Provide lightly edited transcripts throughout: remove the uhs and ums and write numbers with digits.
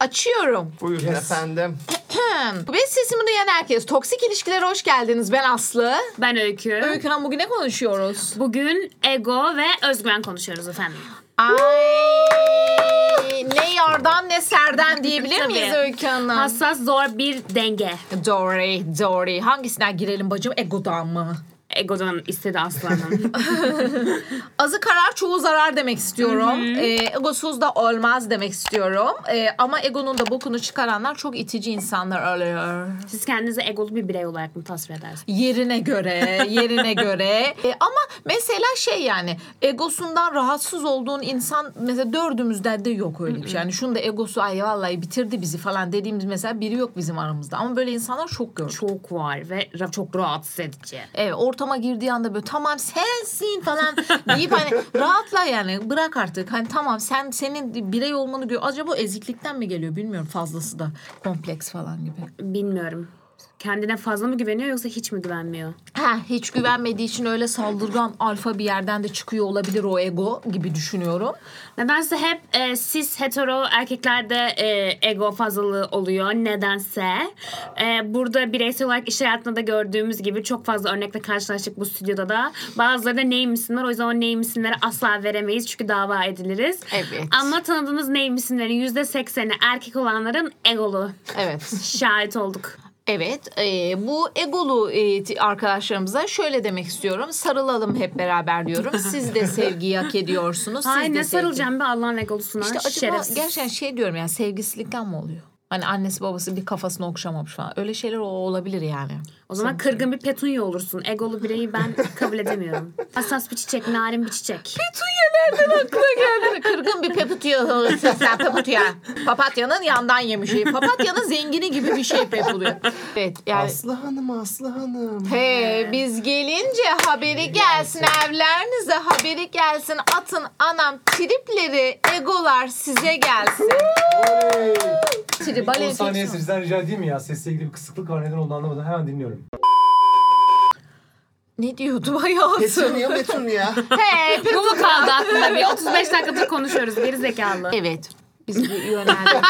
Açıyorum. Buyurun efendim. Ve sesimi duyan herkes. Toksik ilişkilere hoş geldiniz. Ben Aslı. Ben Öykü. Öykü Hanım, bugün ne konuşuyoruz? Bugün ego ve özgüven konuşuyoruz efendim. Ay, ne yardan ne serden diyebilir miyiz Tabii. Öykü Hanım? Hassas, zor bir denge. Doğru. Hangisinden girelim bacım? Egodan mı? Egodan istedi aslanım. Azı karar çoğu zarar demek istiyorum. Egosuz da olmaz demek istiyorum. Ama egonun da bokunu çıkaranlar çok itici insanlar oluyor. Siz kendinizi egolu bir birey olarak mı tasvir edersiniz? Yerine göre. Ama mesela yani egosundan rahatsız olduğun insan mesela dördümüzde de yok öyle bir şey. Yani şunu da egosu ay vallahi bitirdi bizi falan dediğimiz mesela biri yok bizim aramızda. Ama böyle insanlar çok gördüm. Çok var ve çok rahatsız edici. Evet, ortama girdiği anda böyle tamam sensin falan deyip hani rahatla yani, bırak artık. Hani tamam senin birey olmanı gör. Acaba eziklikten mi geliyor bilmiyorum, fazlası da kompleks falan gibi. Bilmiyorum. Kendine fazla mı güveniyor yoksa hiç mi güvenmiyor? Hiç güvenmediği için öyle saldırgan alfa bir yerden de çıkıyor olabilir o ego gibi düşünüyorum. Nedense hep cis hetero erkeklerde ego fazlalığı oluyor. Nedense. Burada bireysel olarak iş hayatında da gördüğümüz gibi çok fazla örnekle karşılaştık bu stüdyoda da. Bazıları da name isim var. O yüzden o name isimleri asla veremeyiz. Çünkü dava ediliriz. Evet. Ama tanıdığımız name isimlerin %80'i erkek olanların egolu. Evet. Şahit olduk. Evet, bu egolu arkadaşlarımıza şöyle demek istiyorum. Sarılalım hep beraber diyorum. Siz de sevgiyi hak ediyorsunuz. Siz Ay de ne sarılacağım be Allah'ın egolusuna. İşte acaba Şerefsiz. gerçekten diyorum yani, sevgisizlikten mi oluyor? Hani annesi babası bir kafasını okşamamış falan. Öyle şeyler olabilir yani. O zaman kırgın bir petunya olursun. Egolu bireyi ben kabul edemiyorum. Hassas bir çiçek, narin bir çiçek. Petunya nereden aklına geldi? Kırgın bir papatya. Papatyanın yandan yemiş. Papatyanın zengini gibi bir şey pepuluyor. Evet yani. Aslı Hanım. Biz gelince haberi gelsin, evlerinize haberi gelsin. Atın anam tripleri, egolar size gelsin. Son saniye sizden rica edeyim mi ya? Sesle ilgili bir kısıklık var, neden olduğunu anlamadım. Hemen dinliyorum. Ne diyordum hayatım? Petunia. Bu mu kaldı aklında? Bir 35 dakikadır konuşuyoruz. Geri zekalı. Evet. Biz bir yönlendirdik.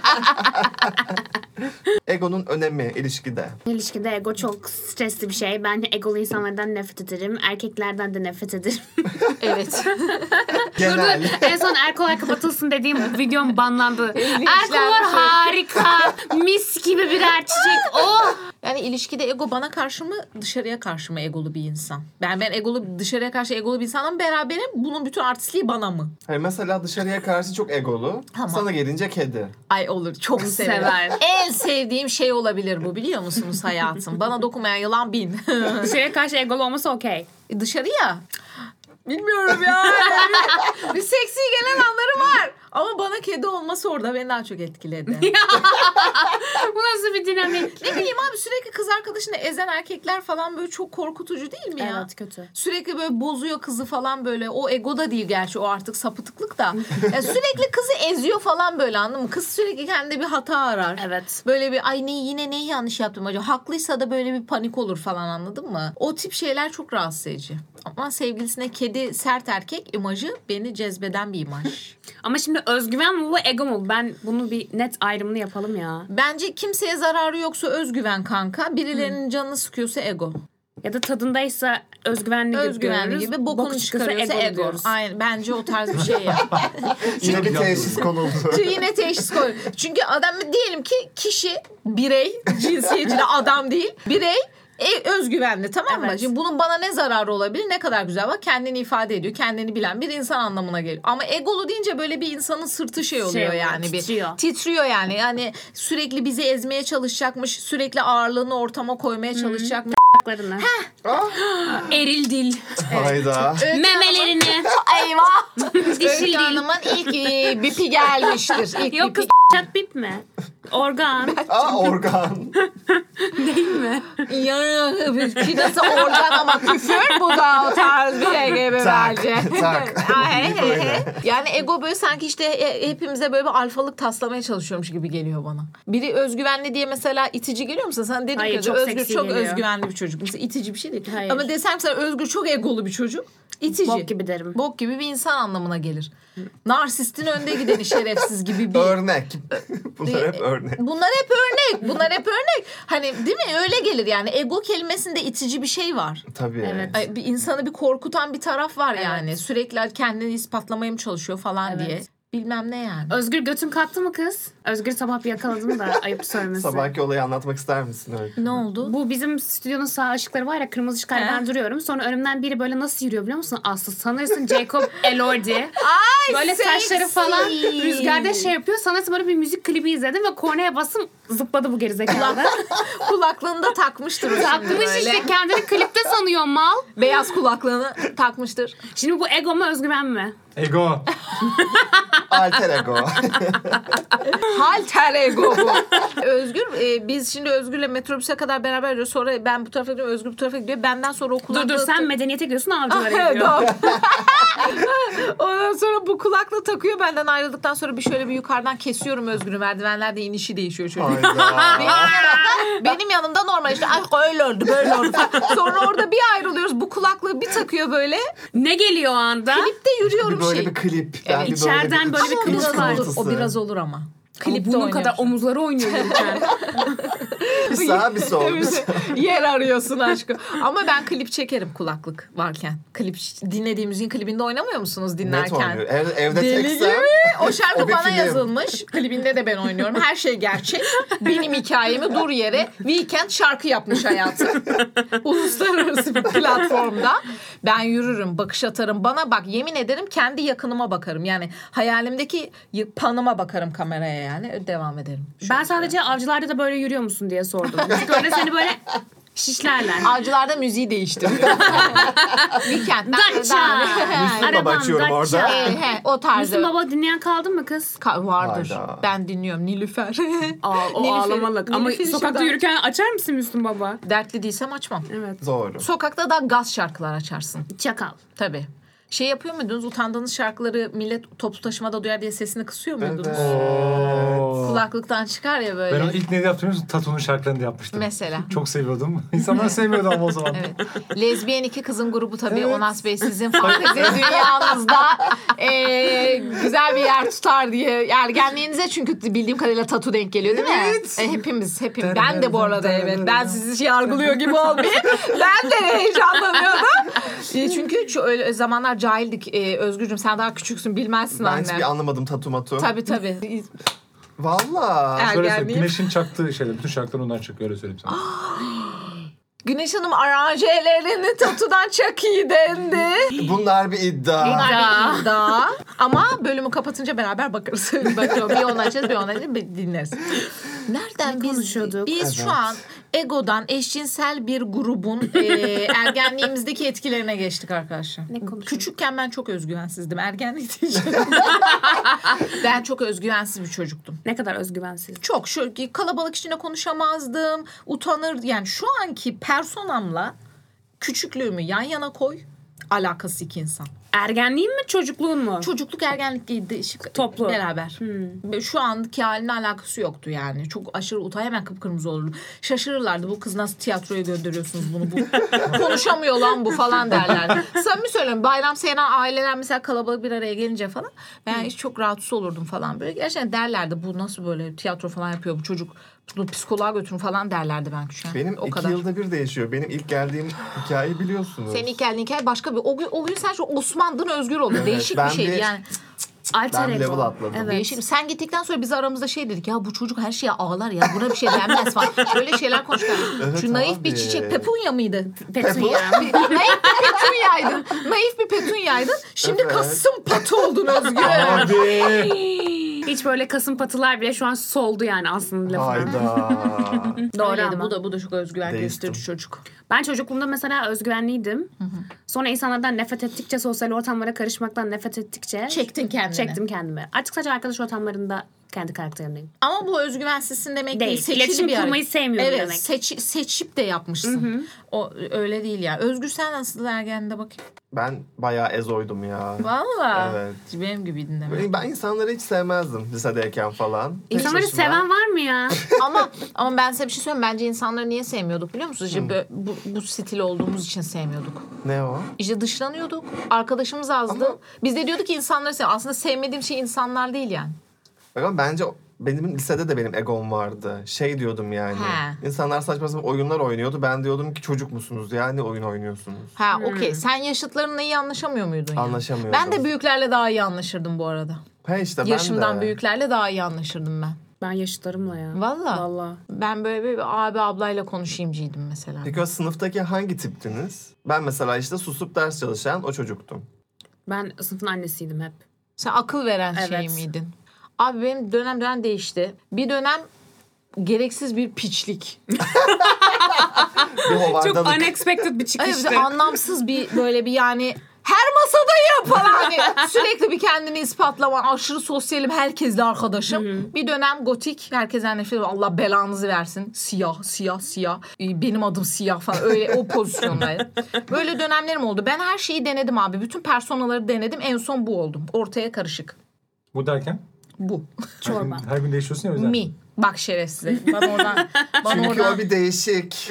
Egonun önemi ilişkide. İlişkide ego çok stresli bir şey. Ben egolu insanlardan nefret ederim. Erkeklerden de nefret ederim. Evet. Genel. En son erkolar kapatılsın dediğim videom banlandı. Erkolar harika. Mis gibi birer çiçek. Oh! Yani ilişkide ego bana karşı mı, dışarıya karşı mı egolu bir insan? Ben dışarıya karşı egolu bir insanla beraberim. Bunun bütün artistliği bana mı? Hayır, mesela dışarıya karşı çok egolu. Tamam. Sana gelince kedi. Ay olur, çok severim. Sever. En sevdiğim şey olabilir bu, biliyor musunuz hayatım? Bana dokunmayan yılan bin. Dışarıya karşı egolu olması okey. Dışarıya? Bilmiyorum ya. bir seksi gelen anları var. Ama bana kedi olması orada beni daha çok etkiledi. Bu nasıl bir dinamik? Ne bileyim abi, sürekli kız arkadaşını ezen erkekler falan böyle çok korkutucu değil mi ya? Evet, kötü. Sürekli böyle bozuyor kızı falan böyle. O ego da değil gerçi, o artık sapıtıklık da. Yani sürekli kızı eziyor falan böyle, anladın mı? Kız sürekli kendine bir hata arar. Evet. Böyle bir ay yine neyi yanlış yaptım acaba? Haklıysa da böyle bir panik olur falan, anladın mı? O tip şeyler çok rahatsız edici. Ama sevgilisine kedi, sert erkek imajı beni cezbeden bir imaj. Ama şimdi özgüven mi bu, ego mu? Ben bunu bir net ayrımını yapalım ya. Bence kimseye zararı yoksa özgüven kanka. Birilerinin canını sıkıyorsa ego. Ya da tadındaysa özgüvenli görüyoruz. gibi bokunu çıkarıyorsa ego. diyoruz. Aynen, bence o tarz bir şey ya. Yine bir teşhis konuldu. Yine teşhis koy. Çünkü adam, diyelim ki kişi, birey, cinsiyetçi de adam değil, birey özgüvenli, tamam mı? Evet. Şimdi bunun bana ne zararı olabilir? Ne kadar güzel, bak kendini ifade ediyor, kendini bilen bir insan anlamına geliyor. Ama egolu deyince böyle bir insanın sırtı şey oluyor yani. Titriyor yani. Yani sürekli bizi ezmeye çalışacakmış, sürekli ağırlığını ortama koymaya çalışacakmış. Haklarını. Eril dil. Hayda. Memelerini. Eyvah! Dişil Öykü dil. Hanım'ın ilk bipi gelmiştir. İlk Yok bipi. kız çat bip mi? Organ. Organ. Değil mi? Ya nasıl organ ama küfür, bu da o tarz bir şey gibi bence. Tak. Yani ego böyle sanki işte hepimize böyle bir alfalık taslamaya çalışıyormuş gibi geliyor bana. Biri özgüvenli diye mesela itici geliyor musun? Sen dedin Hayır, ki çok Özgür seksi çok geliyor. özgüvenli bir çocuk. Mesela itici bir şey değil. Hayır. Ama desem sana Özgür çok egolu bir çocuk. İtici. Bok gibi derim. Bok gibi bir insan anlamına gelir. Narsistin önde gideni şerefsiz gibi bir... Örnek. Bunlar hep örnek. Bunlar hep örnek. Hani değil mi? Öyle gelir yani. Ego kelimesinde itici bir şey var. Tabii. Evet. Bir insanı bir korkutan bir taraf var yani. Sürekli kendini ispatlamaya mı çalışıyor falan diye. Bilmem ne yani. Özgür götün kalktı mı kız? Özgür sabah bir yakaladım da ayıp söylemesi. Sabahki olayı anlatmak ister misin Öykü? Ne oldu? Bu bizim stüdyonun sağ ışıkları var ya, kırmızı ışıklarda ben duruyorum. Sonra önümden biri böyle nasıl yürüyor biliyor musun? Aslı sanırsın Jacob Elordi. Böyle saçları falan rüzgarda şey yapıyor. Sanırsın böyle bir müzik klibi izledim ve kornaya basım zıpladı bu gerizekalı. Kulaklığını da takmıştır o şimdi Takmış böyle. işte, kendini klipte sanıyor mal. Beyaz kulaklığını takmıştır. Şimdi bu ego mu özgüven mi? Ego. Alter ego. Halter ego bu. Özgür, biz şimdi Özgür'le metrobüse kadar beraber gidiyoruz. Sonra ben bu tarafa gidiyorum, Özgür bu tarafa gidiyor. Benden sonra o kulaklığı... Dur sen medeniyete gidiyorsun, avcılara Evet, gidiyor. doğru. Ondan sonra bu kulaklığı takıyor. Benden ayrıldıktan sonra şöyle bir yukarıdan kesiyorum Özgür'ü. Merdivenlerde inişi değişiyor çocuk. Hayda. Benim yanımda normal işte öyle oldu böyle oldu. Sonra orada bir ayrılıyoruz. Bu kulaklığı bir takıyor böyle. Ne geliyor o anda? Klipte yürüyorum Bir böyle şey. bir klip. Evet, içeriden böyle bir Ama o klip biraz var. olur. O biraz olur ama. Ama Klipte bunun oynuyor. kadar omuzları oynuyor yürürken. Bir sağ bir sol. Bir sağ. Yer arıyorsun aşkım. Ama ben klip çekerim kulaklık varken. Klip dinlediğim müziğin klibinde oynamıyor musunuz Net dinlerken? oynuyor. Evde Deli teksem. gibi. O şarkı O bir bana film. yazılmış. Klibinde de ben oynuyorum. Her şey gerçek. Benim hikayemi dur yere Weekend şarkı yapmış hayatım. Uluslararası bir platformda. Ben yürürüm, bakış atarım. Bana bak, yemin ederim kendi yakınıma bakarım. Yani hayalimdeki panıma bakarım kameraya yani. Devam ederim. Ben sadece avcılarda da böyle yürüyor musun diye sordum. Çünkü orada seni böyle şişlerler. Avcılarda müziği değiştiriyor. Weekend'den Dacia. Müslüm Baba açıyorum orada. o tarzda. Müslüm Baba dinleyen kaldı mı kız? Vardır. Hayda. Ben dinliyorum. Nilüfer. O Nilüfer- ağlamalık. Ama Nilüfer sokakta şuradan. yürürken açar mısın Müslüm Baba? Dertli değilsem açmam. Evet. Doğru. Sokakta da gaz şarkılar açarsın. Çakal. Tabii. Şey yapıyor muydunuz? Utandığınız şarkıları millet toplu taşımada duyar diye sesini kısıyor muydunuz? Evet. Kulaklıktan çıkar ya böyle. Ben onu ilk ne yaptım? Tatu'nun şarkılarını da yapmıştım. Mesela. Çok seviyordum. İnsanlar sevmiyordu ama o zaman. Evet. Lezbiyen iki kızın grubu tabii. Onas Bey sizin fantezi dünyanızda güzel bir yer tutar diye. Ergenliğinize çünkü bildiğim kadarıyla tatu denk geliyor değil mi? Evet. Hepimiz. Ben de bu arada evet. Ben sizi yargılıyor gibi olmayayım. Ben de heyecanlanıyordum. Çünkü öyle zamanlar cahildik. Özgürcüğüm sen daha küçüksün bilmezsin Ben anne. hiçbir anlamadım tatu matu. Tabii. Valla. Er- Şöyle söyleyeyim. Ergenliğim. Güneşin çaktığı şeyler. Bütün şarkılar ondan çıkıyor. Öyle söyleyeyim sana. Güneş Hanım aranjelerini tatudan çok iyi dendi. Bunlar bir iddia. Bunlar bir iddia. Ama bölümü kapatınca beraber bakarız. Bakalım bir onu açacağız bir onu açacağız bir dinleriz. Nereden biz konuşuyorduk? Biz şu an egodan eşcinsel bir grubun ergenliğimizdeki etkilerine geçtik arkadaşlar. Ne konuşuyorduk? Küçükken ben çok özgüvensizdim. Ergenlik değil. Ben çok özgüvensiz bir çocuktum. Ne kadar özgüvensiz. Çok şu kalabalık içinde konuşamazdım. Utanır yani şu anki personamla küçüklüğümü yan yana koy. Alakası iki insan. Ergenliğin mi çocukluğun mu? Çocukluk ergenlik Toplu. beraber. Şu anki haline alakası yoktu yani. Çok aşırı hemen kıpkırmızı olurdu. Şaşırırlardı bu kız nasıl tiyatroya gönderiyorsunuz bunu. Konuşamıyor lan bu falan derler. Samimi söylüyorum bayram seyran aileler mesela kalabalık bir araya gelince falan ben hiç çok rahatsız olurdum falan. Böyle gerçekten derlerdi bu nasıl böyle tiyatro falan yapıyor bu çocuk. Bunu psikoloğa götürün falan derlerdi ben küçükken. Benim o 2 kadar. yılda bir değişiyor. Benim ilk geldiğim hikayeyi biliyorsunuz. Senin ilk geldiğin hikaye başka bir. O gün sen şu Osman'dın Özgür oldun. Evet, Değişik ben bir şeydi bir- yani. Alter Ben bir ego. level atladım. Evet. Değişik. Sen gittikten sonra biz aramızda şey dedik. Ya bu çocuk her şeye ağlar ya. Buna bir şey denmez falan. Böyle şeyler konuştuk. Evet Şu naif bir abi. çiçek. Petunya mıydı? Petunya. Naif bir petunyaydın. Naif bir petunyaydın. Şimdi Evet. Kasım patı oldun Özgür. Abi. Hiç böyle kasım patılar bile şu an soldu yani aslında lafı. Hayda. Doğru Öyleydi. ama. Bu da çok özgüven Değiştim. gösterici çocuk. Ben çocukluğumda mesela özgüvenliydim. Sonra insanlardan nefret ettikçe, sosyal ortamlara karışmaktan nefret ettikçe Çektin kendini. çektim kendimi. Artık sadece arkadaş ortamlarında Kendi karakterimdeyim. Ama bu özgüvensizsin demek değil. Seçili İletişim bir kurmayı sevmiyorum evet, demek. Seçip de yapmışsın. O öyle değil ya. Özgür sen nasıl ergeninde bakayım? Ben bayağı ezoydum ya. Valla. Evet. Benim gibiydin demek. Ben insanları hiç sevmezdim lisedeyken falan. Tek İnsanları başıma. seven var mı ya? ama ben size bir şey söyleyeyim. Bence insanları niye sevmiyorduk biliyor musunuz? İşte bu stil olduğumuz için sevmiyorduk. Ne o? İşte dışlanıyorduk. Arkadaşımız azdı. Ama- Biz de diyorduk ki insanları sev. Aslında sevmediğim şey insanlar değil yani. Ama bence benim lisede de benim egom vardı. Şey diyordum yani. He. İnsanlar saçma sapan oyunlar oynuyordu. Ben diyordum ki çocuk musunuz? Yani oyun oynuyorsunuz. Ha okey. Sen yaşıtlarınla iyi anlaşamıyor muydun ya? Anlaşamıyordum. Ben de büyüklerle daha iyi anlaşırdım bu arada. He işte ben Yaşımdan de. büyüklerle daha iyi anlaşırdım ben. Ben yaşıtlarımla ya. Valla. Valla. Ben böyle bir abi ablayla konuşayımcıydım mesela. Peki o sınıftaki hangi tiptiniz? Ben mesela işte susup ders çalışan o çocuktum. Ben sınıfın annesiydim hep. Sen akıl veren şey Evet. miydin? Abi benim dönemden değişti. Bir dönem gereksiz bir piçlik. Bir hovardalık. unexpected bir Evet, anlamsız bir böyle bir yani her masadayım falan hani sürekli bir kendini ispatlama, aşırı sosyalim, herkesle arkadaşım. Bir dönem gotik, herkesten nefret ediyorum. Allah belanızı versin. Siyah, siyah, siyah. Benim adım siyah falan. Öyle o pozisyondayım. Böyle dönemlerim oldu. Ben her şeyi denedim abi. Bütün personaları denedim. En son bu oldum. Ortaya karışık. Bu derken? Bu. Çorba. Her gün değişiyorsun ya o yüzden. Mi. Bak şerefsize. Bana Çünkü oradan... o bir değişik.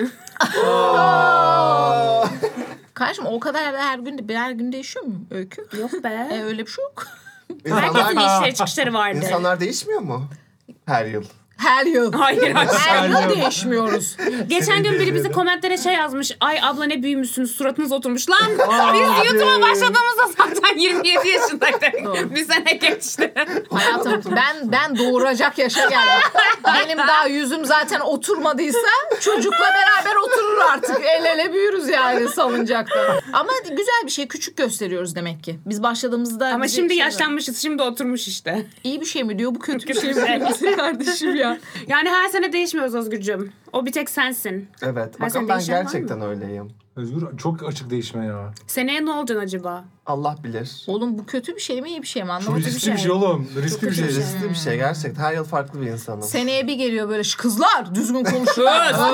Kardeşim o kadar da her gün değişiyor mu Öykü? Yok be. Öyle bir şey yok. Herkesin İnsanlar, işleri çıkışları vardı. insanlar değişmiyor mu? Her yıl. Her yıl. Hayır. Her Her yıl yıl. değişmiyoruz. Geçen gün biri bize diyebilirim. komentlere şey yazmış. Ay abla ne büyümüşsünüz, suratınız oturmuş. Lan biz YouTube'a başladığımızda zaten 27 yaşındaydık. Bir sene geçti. Hayatım ben doğuracak yaşa geldim. Benim daha yüzüm zaten oturmadıysa çocukla beraber oturur artık. El ele büyürüz yani salıncakta. Ama güzel bir şey, küçük gösteriyoruz demek ki. Biz başladığımızda... Ama bize şimdi şey yaşlanmışız, şimdi oturmuş işte. İyi bir şey mi diyor, bu kötü bir Kötü şey bir mi? şey. Kardeşim ya. Yani her sene değişmiyoruz Özgürcüğüm. O bir tek sensin. Evet. Her sene Bakın ben değişen var gerçekten öyleyim. Özgür çok açık değişme ya. Seneye ne olacaksın acaba? Allah bilir. Oğlum bu kötü bir şey mi, iyi bir şey mi? Şu Anlamadım. riskli bir şey oğlum. Riskli bir şey. Riskli bir şey gerçekten. Her yıl farklı bir insanım. Seneye bir geliyor böyle kızlar düzgün konuşuyor.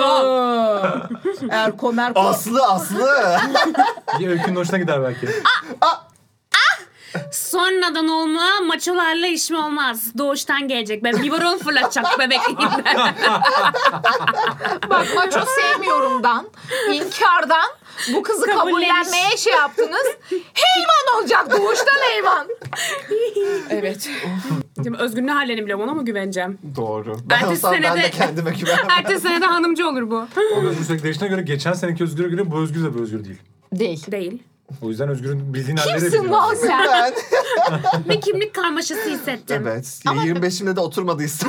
Erko Merko. Aslı. Bir öykünün hoşuna gider belki. Sonradan olma maçolarla iş mi olmaz? Doğuştan gelecek. Ben biberon fırlatacak bebekliğinden. Bak maço sevmiyorumdan, inkardan bu kızı Kabullenmiş. kabullenmeye şey yaptınız. Heyvan olacak doğuştan heyvan. Evet. Şimdi Özgür ne hallerini biliyorum ona mı güveneceğim? Doğru. Ben Ertesi olsam ben senede- de kendime güvenmem. Ertesi sene de hanımcı olur bu. O Özgür sürekli değiştiğine göre geçen seneki Özgür'e göre bu Özgür de bu Özgür değil. Değil. Değil. O yüzden Özgür'ün bildiğin halleri de Kimsin lan biliyor. sen? Ben. Bir kimlik karmaşası hissettim. Evet. 25'imde de oturmadıysa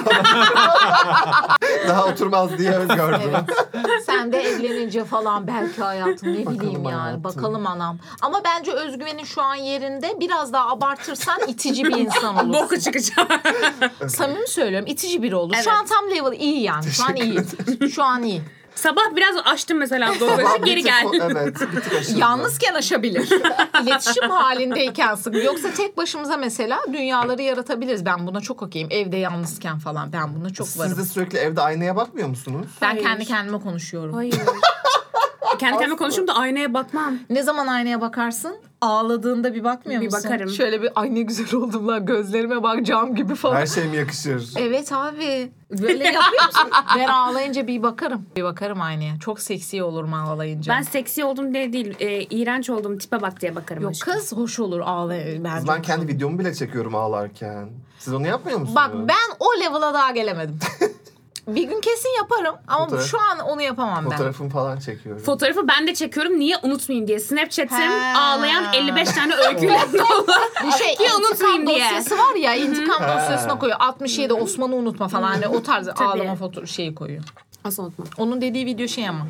daha oturmaz diye gördüm. Sen de evlenince falan belki hayatım ne Bakalım bileyim yani. hayatım. Bakalım anam. Ama bence özgüvenin şu an yerinde, biraz daha abartırsan itici bir insan olursun. Boku çıkacağım. Samimi söylüyorum, itici biri olur. Evet. Şu an tam level iyi yani. Şu an iyi. Şu an iyi. Sabah biraz açtım mesela dozajı Bir geri tık gel. Evet. Bir tık aşırı. Yalnızken aşabilir. İletişim halindeyken sık. Yoksa tek başımıza mesela dünyaları yaratabiliriz. Ben buna çok okeyim. Evde yalnızken falan ben buna çok varım. Siz de sürekli evde aynaya bakmıyor musunuz? Ben Hayır. kendi kendime konuşuyorum. Hayır. Kendi kendime konuşurum da aynaya bakmam. Ne zaman aynaya bakarsın? Ağladığında bir bakmıyor Bir musun? bakarım. Şöyle bir ay ne güzel oldum lan, gözlerime bak cam gibi falan. Her şey mi yakışır? Evet abi. Böyle yapıyor musun? Ben ağlayınca bir bakarım. Bir bakarım aynaya. Çok seksi olurum ağlayınca. Ben seksi oldum diye değil, iğrenç olduğum tipe bak diye bakarım. Yok aşkım. kız hoş olur ağlay. Bence Ben hoş kendi olur. videomu bile çekiyorum ağlarken. Siz onu yapmıyor musunuz? Bak ben o level'a daha gelemedim. Bir gün kesin yaparım ama Fotoğraf- şu an onu yapamam ben. Fotoğrafımı falan çekiyorum. Fotoğrafı ben de çekiyorum. Niye unutmayayım diye. Snapchat'im He. ağlayan 55 tane öyküyle dolu. Bu şey Ki unutmayayım intikam diye. dosyası var ya, intikam dosyasına koyuyor. 67 Osman'ı unutma falan, hani o tarz ağlama şeyi koyuyor. Asıl unutma. Onun dediği video şey ama.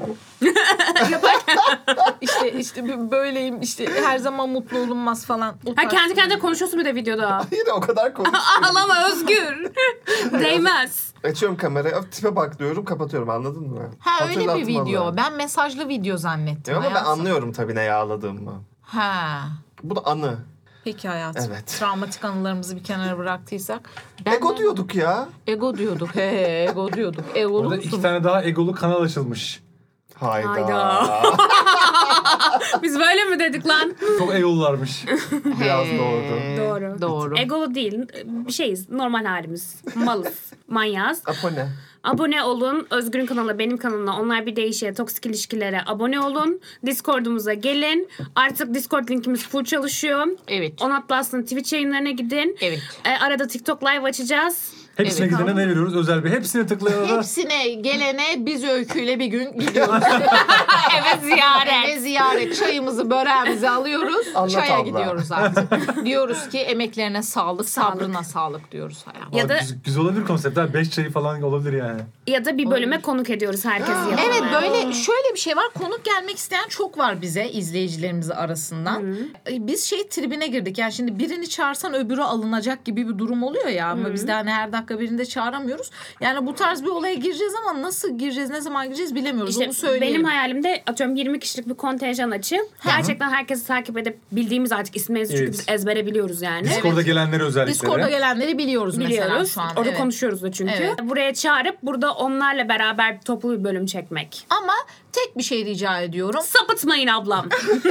işte böyleyim, işte her zaman mutlu olunmaz falan. O Ha tarz. kendi kendine konuşuyorsun bir de videoda. Yine o kadar konuşuyorum. Ağlama Özgür. Değmez. Açıyorum kamerayı, tipe bak diyorum, kapatıyorum, anladın mı? Ha öyle bir Hatırlatmalı. video. Ben mesajlı video zannettim. Ama ben hayatım. anlıyorum tabii neye ağladığımı. Ha. Bu da anı. Peki hayatım. Evet. Travmatik anılarımızı bir kenara bıraktıysak. Ego diyorduk ya. Ego diyorduk. Ego diyorduk. Egolu Burada musun? 2 tane daha egolu kanal açılmış. Hayda. Biz böyle mi dedik lan? Çok egolularmış. Biraz doğru. Doğru. Doğru. Egolu değil. Bir şeyiz. Normal halimiz. Malız. Manyaz. Abone. Abone olun. Özgür'ün kanalına, benim kanalıma. Onlar bir değişiyor. Toksik ilişkilere abone olun. Discord'umuza gelin. Artık Discord linkimiz full çalışıyor. Evet. Onat Plus'ın Twitch yayınlarına gidin. Evet. Arada TikTok live açacağız. Hepsine Evet. gidene ne veriyoruz? Özel bir. Hepsine tıklayana da Hepsine gelene biz Öykü'yle bir gün gidiyoruz. Evet, ziyaret. Ve ziyaret. Çayımızı, böreğimizi alıyoruz. Anlat Çaya abla. gidiyoruz artık. Diyoruz ki emeklerine sağlık, sabrına sağlık diyoruz hayatım. Ya da güzel olabilir konsept. 5 çayı falan olabilir yani. ya da bir bölüme konuk ediyoruz herkesi yapmaya. Evet, böyle şöyle bir şey var. Konuk gelmek isteyen çok var bize, izleyicilerimiz arasından. Biz tribine girdik. Yani şimdi birini çağırsan öbürü alınacak gibi bir durum oluyor ya. Ama biz de hani her dakika birinde çağıramıyoruz. Yani bu tarz bir olaya gireceğiz ama nasıl gireceğiz, ne zaman gireceğiz bilemiyoruz. İşte onu söyleyelim. benim hayalimde atıyorum 20 kişilik bir kontenjan açıp gerçekten herkesi takip edip bildiğimiz artık isimlerinizi çünkü Evet. biz ezbere biliyoruz yani. Discord'da gelenleri özellikleri. Discord'a gelenleri biliyoruz mesela Biliyoruz. şu an. Orada Evet. konuşuyoruz da çünkü. Evet. Buraya çağırıp burada onlarla beraber toplu bir bölüm çekmek. Ama tek bir şey rica ediyorum. Sapıtmayın ablam.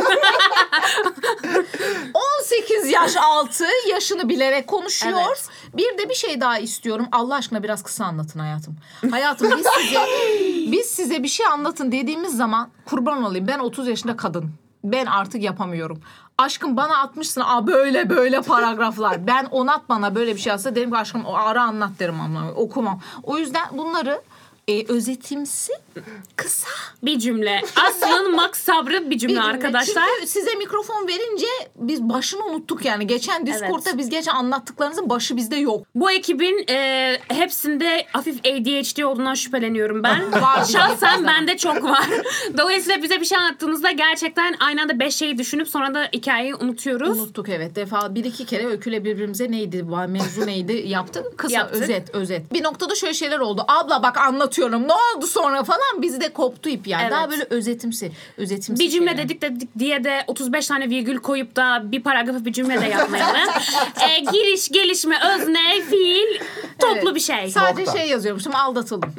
18 yaş altı yaşını bilerek konuşuyor. Evet. Bir de bir şey daha istiyorum. Allah aşkına biraz kısa anlatın hayatım. Hayatım biz size bir şey anlatın dediğimiz zaman kurban olayım. Ben 30 yaşında kadın. Ben artık yapamıyorum. Aşkım bana atmışsın böyle paragraflar. Ben Onat bana böyle bir şey yazsa derim ki aşkım ara anlat derim ama okumam. O yüzden bunları özetimsi kısa Bir cümle. Aslının max sabrı bir cümle bir cümle. arkadaşlar. Çünkü size mikrofon verince biz başını unuttuk yani. Geçen Discord'da Evet. biz geçen anlattıklarınızın başı bizde yok. Bu ekibin hepsinde hafif ADHD olduğundan şüpheleniyorum ben. Var. Şahsen bende çok var. Dolayısıyla bize bir şey anlattığınızda gerçekten aynı anda 5 şeyi düşünüp sonra da hikayeyi unutuyoruz. Unuttuk evet. Bir iki kere Öykü'yle birbirimize mevzu neydi yaptık. Kısa Yaptık. özet. Bir noktada şöyle şeyler oldu. Abla bak anlatıyorum. Ne oldu sonra falan bizde koptu ip yani. Evet. Daha böyle özetimsi Bir cümle şeyler. dedik diye de 35 tane virgül koyup da bir paragrafı bir cümle de yapmayalım. Giriş, gelişme, özne, fiil toplu Evet. bir şey. Sadece Nokta. yazıyormuşum aldatıldım.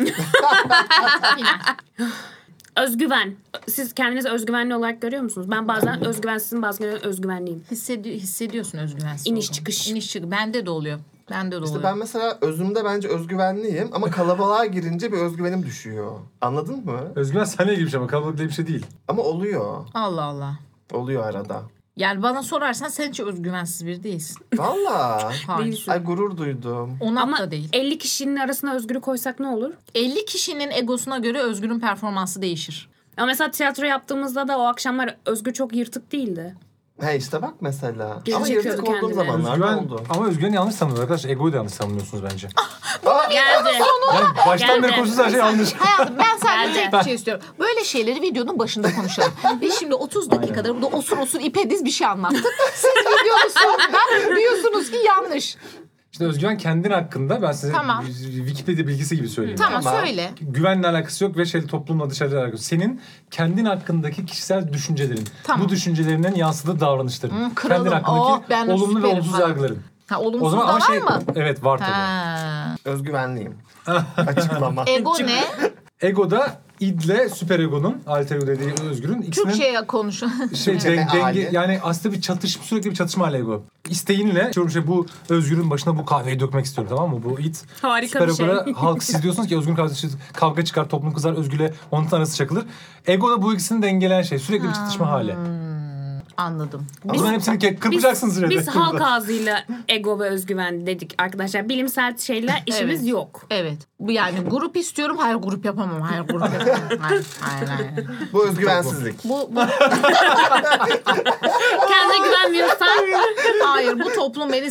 Özgüven. Siz kendinizi özgüvenli olarak görüyor musunuz? Ben bazen özgüvensizim, bazen özgüvenliyim. Hissediyorsun özgüvensiz İniş olduğunu. çıkış. İniş çıkış. Bende de oluyor. İşte ben mesela özümde bence özgüvenliyim ama kalabalığa girince bir özgüvenim düşüyor. Anladın mı? Özgüven sahneye gibi bir şey ama kalabalık diye bir şey değil. Ama oluyor. Allah Allah. Oluyor arada. Yani bana sorarsan sen hiç özgüvensiz biri değilsin. Valla. Hayır. Değilsin. Ay gurur duydum. Onat Ama da değil. 50 kişinin arasına Özgür'ü koysak ne olur? 50 kişinin egosuna göre Özgür'ün performansı değişir. Ama mesela tiyatro yaptığımızda da o akşamlar Özgür çok yırtık değildi. He işte bak mesela. Geri Ama çekiyordu yırtık olduğum kendini. zamanlarda oldu. Ama özgüveni yanlış tanımlıyorsunuz arkadaşlar. Egoyu da yanlış tanımlıyorsunuz bence. Geldi. Yani baştan Geldi. beri konuştuğunuz her şey yanlış. Hayatım ben sadece Geldi. tek bir şey istiyorum. Böyle şeyleri videonun başında konuşalım. Biz şimdi 30 dakikadır burada osur ipe diz bir şey anlattık. Siz videonun sonunda diyorsunuz ki yanlış. İşte özgüven kendin hakkında ben size Tamam. Wikipedia bilgisi gibi söyleyeyim. Tamam, Tamam. söyle. Güvenle alakası yok ve toplumla dışarıda alakası yok. Senin kendin hakkındaki kişisel düşüncelerin. Tamam. Bu düşüncelerinden yansıdığı davranışların. kralım. Kendin hakkındaki Oh, ben olumlu ve süperim olumsuz falan. yargıların. Ha, O olumsuz zaman da ama var mı? Evet var tabii. Ha. Özgüvenliyim. Açıklama. Ego ne? Ego da idle süper egonun alter ego dediği Özgür'ün ikisinin Türkçe'ye konuşun. Türkçe'de denge hali. yani aslında sürekli bir çatışma hali ego. İsteğinle bu Özgür'ün başına bu kahveyi dökmek istiyorum, tamam mı? Bu it Harika süper bir şey. ego'da halk siz diyorsunuz ki Özgür'ün karşısında kavga çıkar, toplum kızar, Özgür'le onun arası çakılır. Ego da bu ikisini dengeleyen şey. Sürekli bir çatışma hali. Anladım. O zaman hepsini kırpacaksınız. Biz halk ağzıyla ego ve özgüven dedik arkadaşlar. Bilimsel şeyler işimiz Evet. yok. Evet. Bu yani grup istiyorum. Hayır grup yapamam. Hayır grup yapamam. Hayır. Bu özgüvensizlik. Bu Kendine güvenmiyorsan hayır bu toplum beni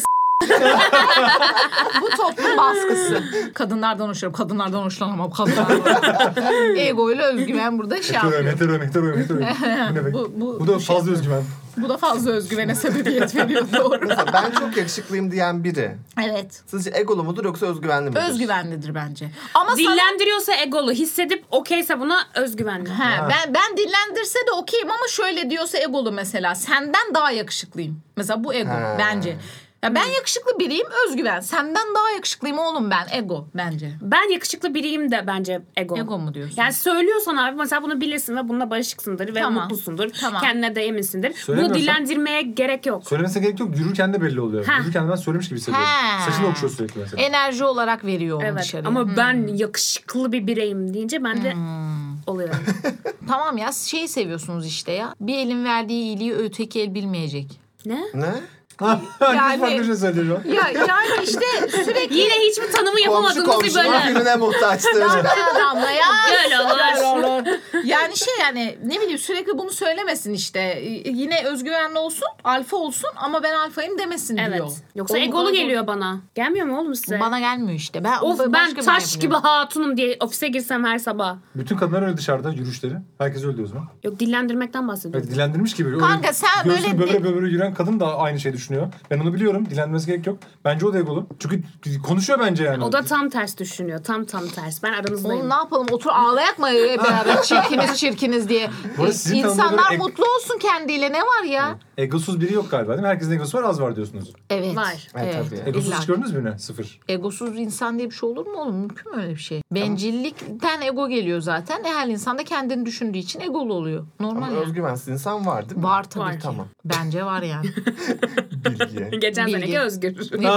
Bu toplum baskısı. Kadınlardan hoşlanırım. Kadınlardan hoşlanamam. Kadınlardan. Ego ile özgüven burada şey yapıyor. Hetero. Bu ne demek? Bu da fazla özgüven. Bu da fazla özgüvene sebebiyet veriyor. Doğru. Mesela ben çok yakışıklıyım diyen biri. Evet. Sizce egolu mudur yoksa özgüvenli midir? Özgüvenlidir bence. Ama Dillendiriyorsa egolu, hissedip okeyse buna özgüvenli. ben dillendirse de okeyim ama şöyle diyorsa egolu mesela. Senden daha yakışıklıyım. Mesela bu ego bence. Ya ben yakışıklı biriyim, özgüven. Senden daha yakışıklıyım oğlum ben. Ego bence. Ben yakışıklı biriyim de bence ego. Ego mu diyorsun? Yani söylüyorsan abi mesela bunu bilirsin ve bununla barışıksındır ve Tamam. mutlusundur. Tamam. Kendine de eminsindir. Bunu Söylemiyorsan- dillendirmeye gerek yok. Söylemesine gerek yok. Yürürken de belli oluyor. Ha. Yürürken ben söylemiş gibi hissediyorum. Ha. Saçını okşuyor sürekli mesela. Enerji olarak veriyor onu Evet dışarıya. ama ben yakışıklı bir bireyim deyince ben de oluyorum. Tamam ya şeyi seviyorsunuz işte ya. Bir elin verdiği iyiliği öteki el bilmeyecek. Ne? Ne? Herkes farklı şey söylüyor şu an. Ya yani işte sürekli Yine hiçbir tanımı Komşu yapamadığımız bir komşunun bölüm. gününe muhtaçtır. damla ya. Böyle olur. Yani yani ne bileyim sürekli bunu söylemesin işte. Yine özgüvenli olsun, alfa olsun ama ben alfayım demesin diyor. Evet. Yoksa Oğlum, egolu oğlum, geliyor bana. Gelmiyor mu oğlum size? Bana gelmiyor işte. Ben Of başka ben birine taş gibi yapıyorum. hatunum diye ofise girsem her sabah. Bütün kadınlar öyle dışarıda yürüyüşleri. Herkes öyle diyor o zaman. Yok dillendirmekten bahsediyorum. Evet, dilendirmiş gibi. Kanka Öyle sen göğsünü böyle böbüre yürüyen kadın da aynı şeyi düşünüyor. Ben onu biliyorum. Dilenmesi gerek yok. Bence o da egolu. Çünkü konuşuyor bence yani. O da tam ters düşünüyor. Tam ters. Ben aranızdayım. Oğlum ne yapalım otur ağlayak mı hep beraber çirkiniz diye. Bu arada sizin tanımına İnsanlar göre mutlu olsun kendiyle ne var ya? Egosuz biri yok galiba değil mi? Herkesin egosu var, az var diyorsunuz. Evet. Var. Evet, tabii. Egosuz İlla. hiç gördünüz mü ne? Sıfır. Egosuz insan diye bir şey olur mu oğlum? Mümkün mü öyle bir şey? Bencillikten ego geliyor zaten. Her insan da kendini düşündüğü için egolu oluyor. Normal Ama yani. özgüvensiz insan var değil mi? Var tabii Var. ki. Tamam. Bence var yani. Bilgi. Geçen Bilgi. seneki Özgür.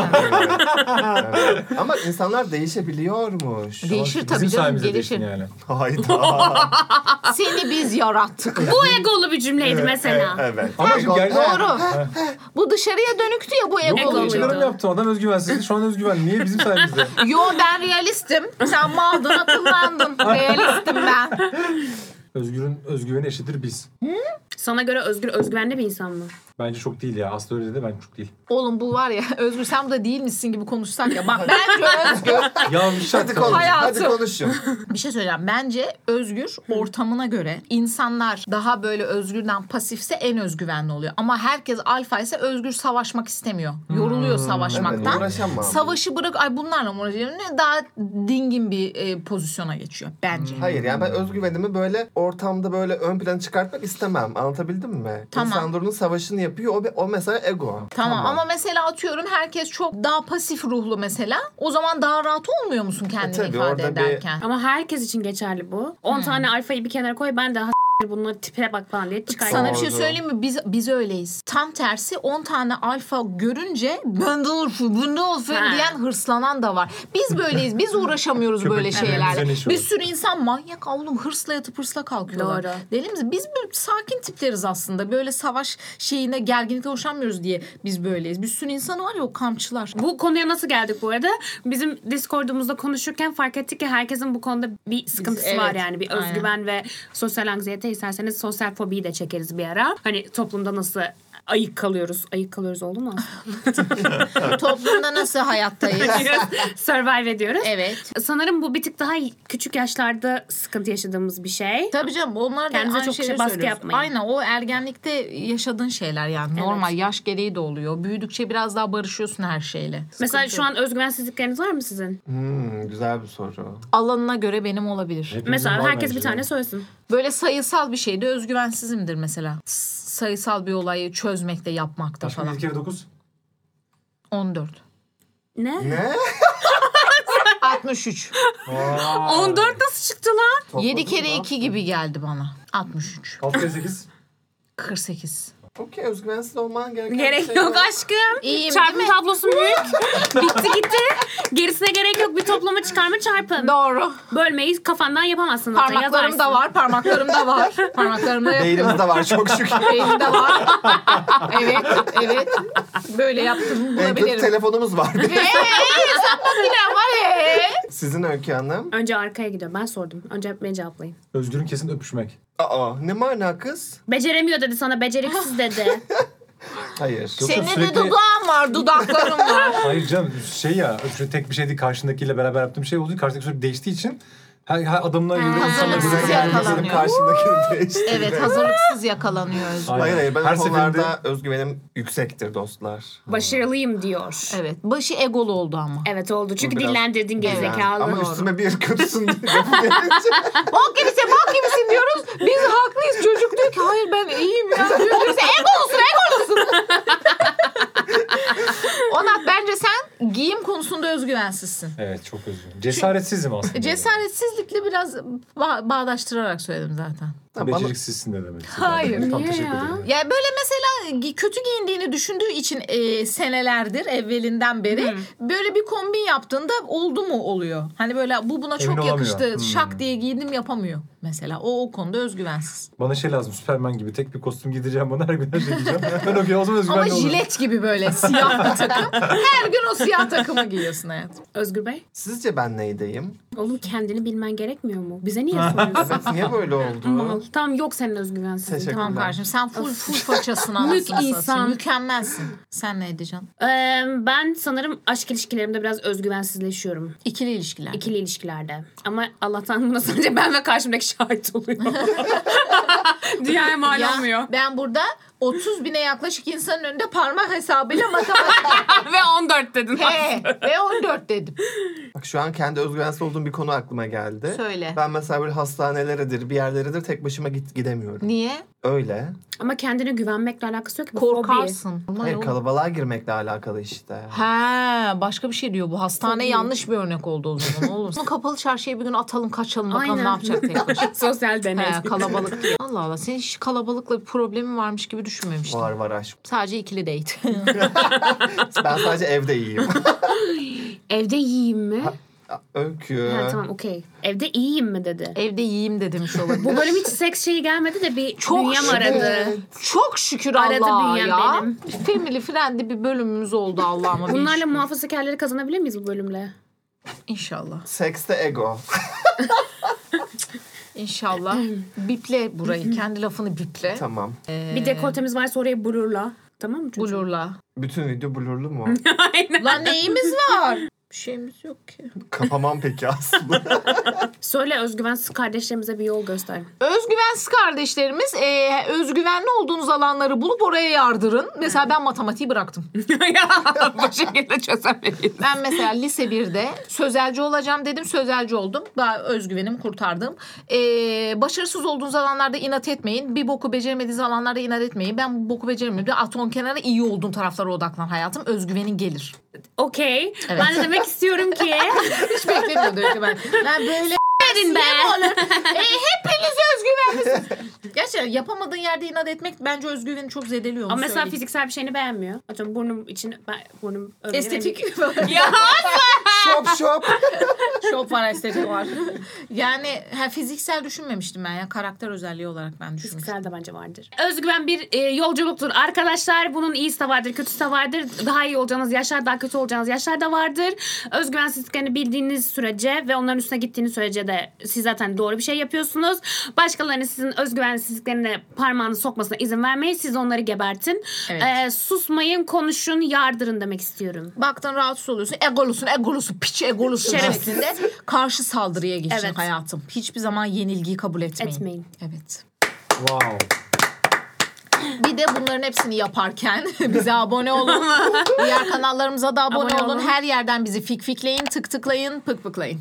Evet. Ama insanlar değişebiliyormuş. Değişir Bizim tabii canım sayemizde gelişir. değilsin yani. Hayda. Seni biz yarattık. Bu egolu bir cümleydi mesela. Evet. Ama şimdi gerçekten... Doğru. Bu dışarıya dönüktü ya bu Yok egolu. oğlum çıkarım yaptım. Adam özgüvensizdi. Şu an özgüvenli. Niye bizim sayemizde? Yo ben realistim. Sen maldın akıllandın. Realistim ben. Özgür'ün özgüveni eşittir biz. Sana göre Özgür özgüvenli bir insan mı? Bence çok değil ya. Aslı öyle dedi, bence çok değil. Oğlum bu var ya Özgür sen bu da değil misin gibi konuşsak ya. Bak bence Özgür. Yanlış Hadi konuş. Hayatım. Hadi konuşun. Bir şey söyleyeceğim. Bence Özgür ortamına göre insanlar daha böyle Özgür'den pasifse en özgüvenli oluyor. Ama herkes alfa ise Özgür savaşmak istemiyor. Yoruluyor Evet, savaşmaktan. uğraşamam. Savaşı bırak ay bunlarla mı uğraşacağım? Daha dingin bir pozisyona geçiyor bence. Hayır yani ben özgüvenimi böyle ortamda böyle ön plana çıkartmak istemem. Anlatabildim mi? Tamam. İnsanların savaşını yapıyor. O mesela ego. Tamam ama mesela atıyorum herkes çok daha pasif ruhlu mesela. O zaman daha rahat olmuyor musun kendini tabii, ifade orada bir- ederken? Ama herkes için geçerli bu. 10 tane alfayı bir kenara koy ben de bunları tipine bak falan diye çıkartayım. Sana bir şey Doğru. söyleyeyim mi? Biz öyleyiz. Tam tersi 10 tane alfa görünce ben de olsun, bu ne olsun Ha. diyen hırslanan da var. Biz böyleyiz. Biz uğraşamıyoruz Köpek böyle gibi şeylerle. düzen işi Bir var. sürü insan manyak oğlum hırsla yatıp hırsla kalkıyorlar. Doğru. Deli misin? Biz böyle sakin tipleriz aslında. Böyle savaş şeyine gerginlikle hoşlanmıyoruz diye biz böyleyiz. Bir sürü insan var ya o kamçılar. Bu konuya nasıl geldik bu arada? Bizim Discord'umuzda konuşurken fark ettik ki herkesin bu konuda bir sıkıntısı Evet, var yani. Bir aynen. özgüven ve sosyal anksiyete, isterseniz sosyal fobiyi de çekeriz bir ara. Hani toplumda nasıl ayık kalıyoruz. Ayık kalıyoruz oldu mu? Toplumda nasıl hayattayız? Survive ediyoruz. Evet. Sanırım bu bir tık daha küçük yaşlarda sıkıntı yaşadığımız bir şey. Tabii canım onlar da Kendinize aynı çok şeyleri baskı söylüyoruz. yapmayın. Aynen o ergenlikte yaşadığın şeyler yani normal yaş gereği de oluyor. Büyüdükçe biraz daha barışıyorsun her şeyle. Mesela Sıkıntı şu yok. an özgüvensizlikleriniz var mı sizin? Güzel bir soru. Alanına göre benim olabilir. Hepimizin Mesela var herkes bence bir tane ya. söylesin. Böyle sayısal bir şeyde özgüvensizimdir mesela. Sayısal bir olayı çözmekte yapmakta Aşkım falan. 7 kere 9. 14. Ne? Ne? 63. 14 nasıl çıktı lan? 7 kere Topladın 2 gibi geldi bana. 63. 6 kere 8. 48. Okey özgüvensiz olman gereken bir Gerek şey yok aşkım. İyiyim Çarpım değil mi? tablosu büyük. Bitti gitti. Gerisine gerek yok. Bir toplama çıkarma çarpın. Doğru. Bölmeyi kafandan yapamazsın. zaten, Parmaklarım yazarsın. da var. Parmaklarım da var. Parmaklarım da yapıyorum. Beynimizde var çok şükür. Beynimde var. Evet. Böyle yaptım En kötü bulabilirim. telefonumuz var. Sen makinen var Sizin Öykü Hanım. Önce arkaya gidiyorum. Ben sordum. Önce beni cevaplayın. Özgür'ün kesin öpüşmek. Aa ne mana kız? Beceremiyor dedi sana. Beceriksiz dedi. Hayır. Yoksa Senin de sürekli- dudağın dudaklarım var, dudaklarım var. Hayır canım şey ya öyle tek bir şey değil karşındakiyle beraber yaptığım şey olduğu karşındaki sürekli değiştiği için her adımına göre hazırlıksız yakalanıyor. Karşındakini değiştirdi. Evet, hazırlıksız yakalanıyor özgüven. Hayır ben Her o konularda seferinde- özgüvenim yüksektir dostlar. Başarılıyım diyor. Evet, başı egolu oldu ama. Evet oldu. Çünkü Bu biraz- dillendirdin gerizekalı. Ama üstüme bir kötüsün diye. Bok gibisin diyoruz. Biz haklıyız. Çocuk diyor ki hayır ben iyiyim ya. Diyor birisi egolusun. Onat bence sen giyim konusunda özgüvensizsin. Evet çok özgürüm. Cesaretsizim aslında. Cesaretsizlikle biraz bağdaştırarak söyledim zaten. Beceriksizsin de demek. Hayır. Tam Niye teşekkür ya? ederim. Ya böyle mesela kötü giyindiğini düşündüğü için senelerdir evvelinden beri böyle bir kombin yaptığında oldu mu oluyor. Hani böyle bu buna çok Emin yakıştı. olamıyor. Şak diye giyindim yapamıyor mesela. O konuda özgüvensiz. Bana şey lazım Süperman gibi tek bir kostüm giydireceğim bana her gün her şey giyeceğim. Ben okey o zaman Ama özgüvenli olurum. jilet gibi böyle siyah bir takım. Her gün o siyah takımı giyiyorsun hayatım. Özgür Bey, Sizce ben neydeyim? oğlum kendini bilmen gerekmiyor mu? Bize niye soruyorsun? Evet niye böyle oldu? Mal. Tamam yok senin özgüvensizliğin. Teşekkür Tamam. Tamam kardeşim sen full façasın anasını satayım. insan. Mükemmelsin. Sen ne edeceksin? Ben sanırım aşk ilişkilerimde biraz özgüvensizleşiyorum. İkili ilişkiler. İkili ilişkilerde. Ama Allah'tan buna sadece ben ve karşımdaki şahit oluyor. Dünyaya mal Ya, olmuyor. ben burada 30 bine yaklaşık insanın önünde parmak hesabıyla matematik Ve 14 dedin. ve 14 dedim. Bak şu an kendi özgüvensiz olduğum bir konu aklıma geldi. Söyle. Ben mesela böyle hastaneleridir, bir yerleridir tek başıma gidemiyorum. Niye? Öyle. Ama kendine güvenmekle alakası yok ki. Bu fobi. Korkarsın. Hayır kalabalığa girmekle alakalı işte. He, başka bir şey diyor bu. Hastane Tabii. yanlış bir örnek oldu o zaman. Olur. Bunu kapalı çarşıya bir gün atalım kaçalım bakalım Aynen. ne yapacak tek başına. Sosyal deney. He, kalabalık diye. Allah Allah. Senin hiç kalabalıkla bir problemin varmış gibi düşünmemiştim. Var aşk. Sadece ikili date. Ben sadece evde iyiyim. Evde yiyeyim mi? Öykü. Ha, tamam okey. Evde iyiyim mi dedi. Evde yiyeyim de demiş olabilir. Bu bölüm hiç seks şeyi gelmedi de bir Çok bünyem şükür. aradı. Çok şükür Aradı Allah'a bünyem ya. benim. Family friendly bir bölümümüz oldu Allah'ıma. bin Bunlarla şükür. muhafazakarları kazanabilir miyiz bu bölümle? İnşallah. Sekste ego. İnşallah. Biple burayı. Kendi lafını biple. Tamam. Bir dekoltemiz varsa oraya blurla. Tamam mı çocuğum? Blurla. Bütün video blurlu mu? Lan neyimiz var? Bir şeyimiz yok ki. Kapamam peki aslında. Söyle özgüvensiz kardeşlerimize bir yol göster. Özgüvensiz kardeşlerimiz özgüvenli olduğunuz alanları bulup oraya yardırın. Mesela ben matematiği bıraktım. Bu şekilde çözemeyiz. Ben mesela lise 1'de sözelci olacağım dedim. Sözelci oldum. Daha özgüvenimi kurtardım. Başarısız olduğunuz alanlarda inat etmeyin. Bir boku beceremediğiniz alanlarda inat etmeyin. Ben bu boku beceremiyorum. Atom kenarı iyi olduğun taraflara odaklan hayatım. Özgüvenin gelir. Okey. Ben de demek istiyorum ki Hiç beklemiyordum ki ben. Ben böyle dedin be. hepiniz özgüvenlisiniz. Gerçekten yapamadığın yerde inat etmek bence özgüveni çok zedeliyor. Ama mesela söyleyeyim. fiziksel bir şeyini beğenmiyor. Atıyorum burnum için burnum öyle Estetik. Ya Şop. Şop var, estetik var. Yani fiziksel düşünmemiştim ben ya. Karakter özelliği olarak ben düşünmüştüm. fiziksel de bence vardır. Özgüven bir yolculuktur. Arkadaşlar bunun iyisi de vardır, kötüsü de vardır. Daha iyi olacağınız yaşlar, daha kötü olacağınız yaşlar da vardır. Özgüvensizliklerini bildiğiniz sürece ve onların üstüne gittiğiniz sürece de siz zaten doğru bir şey yapıyorsunuz. Başkalarının sizin özgüvensizliklerine parmağını sokmasına izin vermeyin. Siz onları gebertin. Evet. Susmayın, konuşun, yardırın demek istiyorum. Baktın rahatsız oluyorsun. Egolusun, piç egolusun Şerefsiz. şeklinde karşı saldırıya geçin Evet. hayatım. Hiçbir zaman yenilgiyi kabul etmeyin. Etmeyin. Evet. Wow. Bir de bunların hepsini yaparken bize abone olun. Diğer kanallarımıza da abone Abone olun. olun. Her yerden bizi fikfikleyin, tıklayın, pıklayın.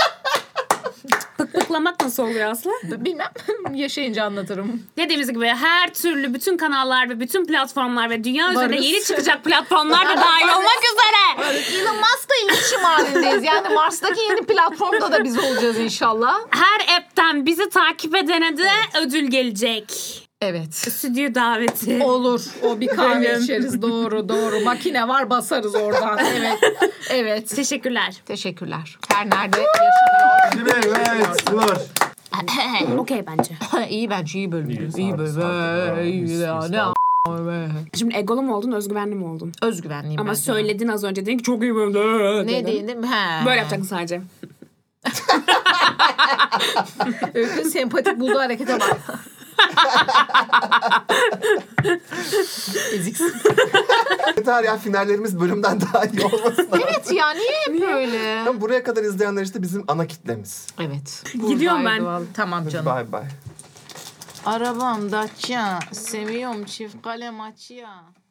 Pıklamak nasıl oluyor Aslı? Bilmem. Yaşayınca anlatırım. Dediğimiz gibi her türlü bütün kanallar ve bütün platformlar ve dünya üzerinde Varız. yeni çıkacak platformlar da dahil olmak üzere. Elon Musk'la iletişim halindeyiz. Yani Mars'taki yeni platformda da biz olacağız inşallah. Her app'ten bizi takip edene de ödül gelecek. Evet. Stüdyo daveti. Olur. O bir kahve içeriz. Doğru. Makine var basarız oradan. Evet. Teşekkürler. Teşekkürler. Her nerede yaşanıyor. Evet. Dur. Okey bence. iyi bence iyi bölüm. İyi bölüm. İyi ya. Ne Şimdi egolu mu oldun, özgüvenli mi oldun? özgüvenliyim Ama bence. söyledin az önce dedin ki çok iyi bölümdü. Ne diyeyim? He. Böyle yapacaksın sadece. Öykü sempatik bulduğu harekete bak. Eziksin. Yeter ya, finallerimiz bölümden daha iyi olmasın. Evet ya, niye hep böyle? Ama buraya kadar izleyenler işte bizim ana kitlemiz. Evet. Gidiyorum ben. Tamam Hadi canım. bay bay. Arabam Dacia, seviyorum çift kalem açıya.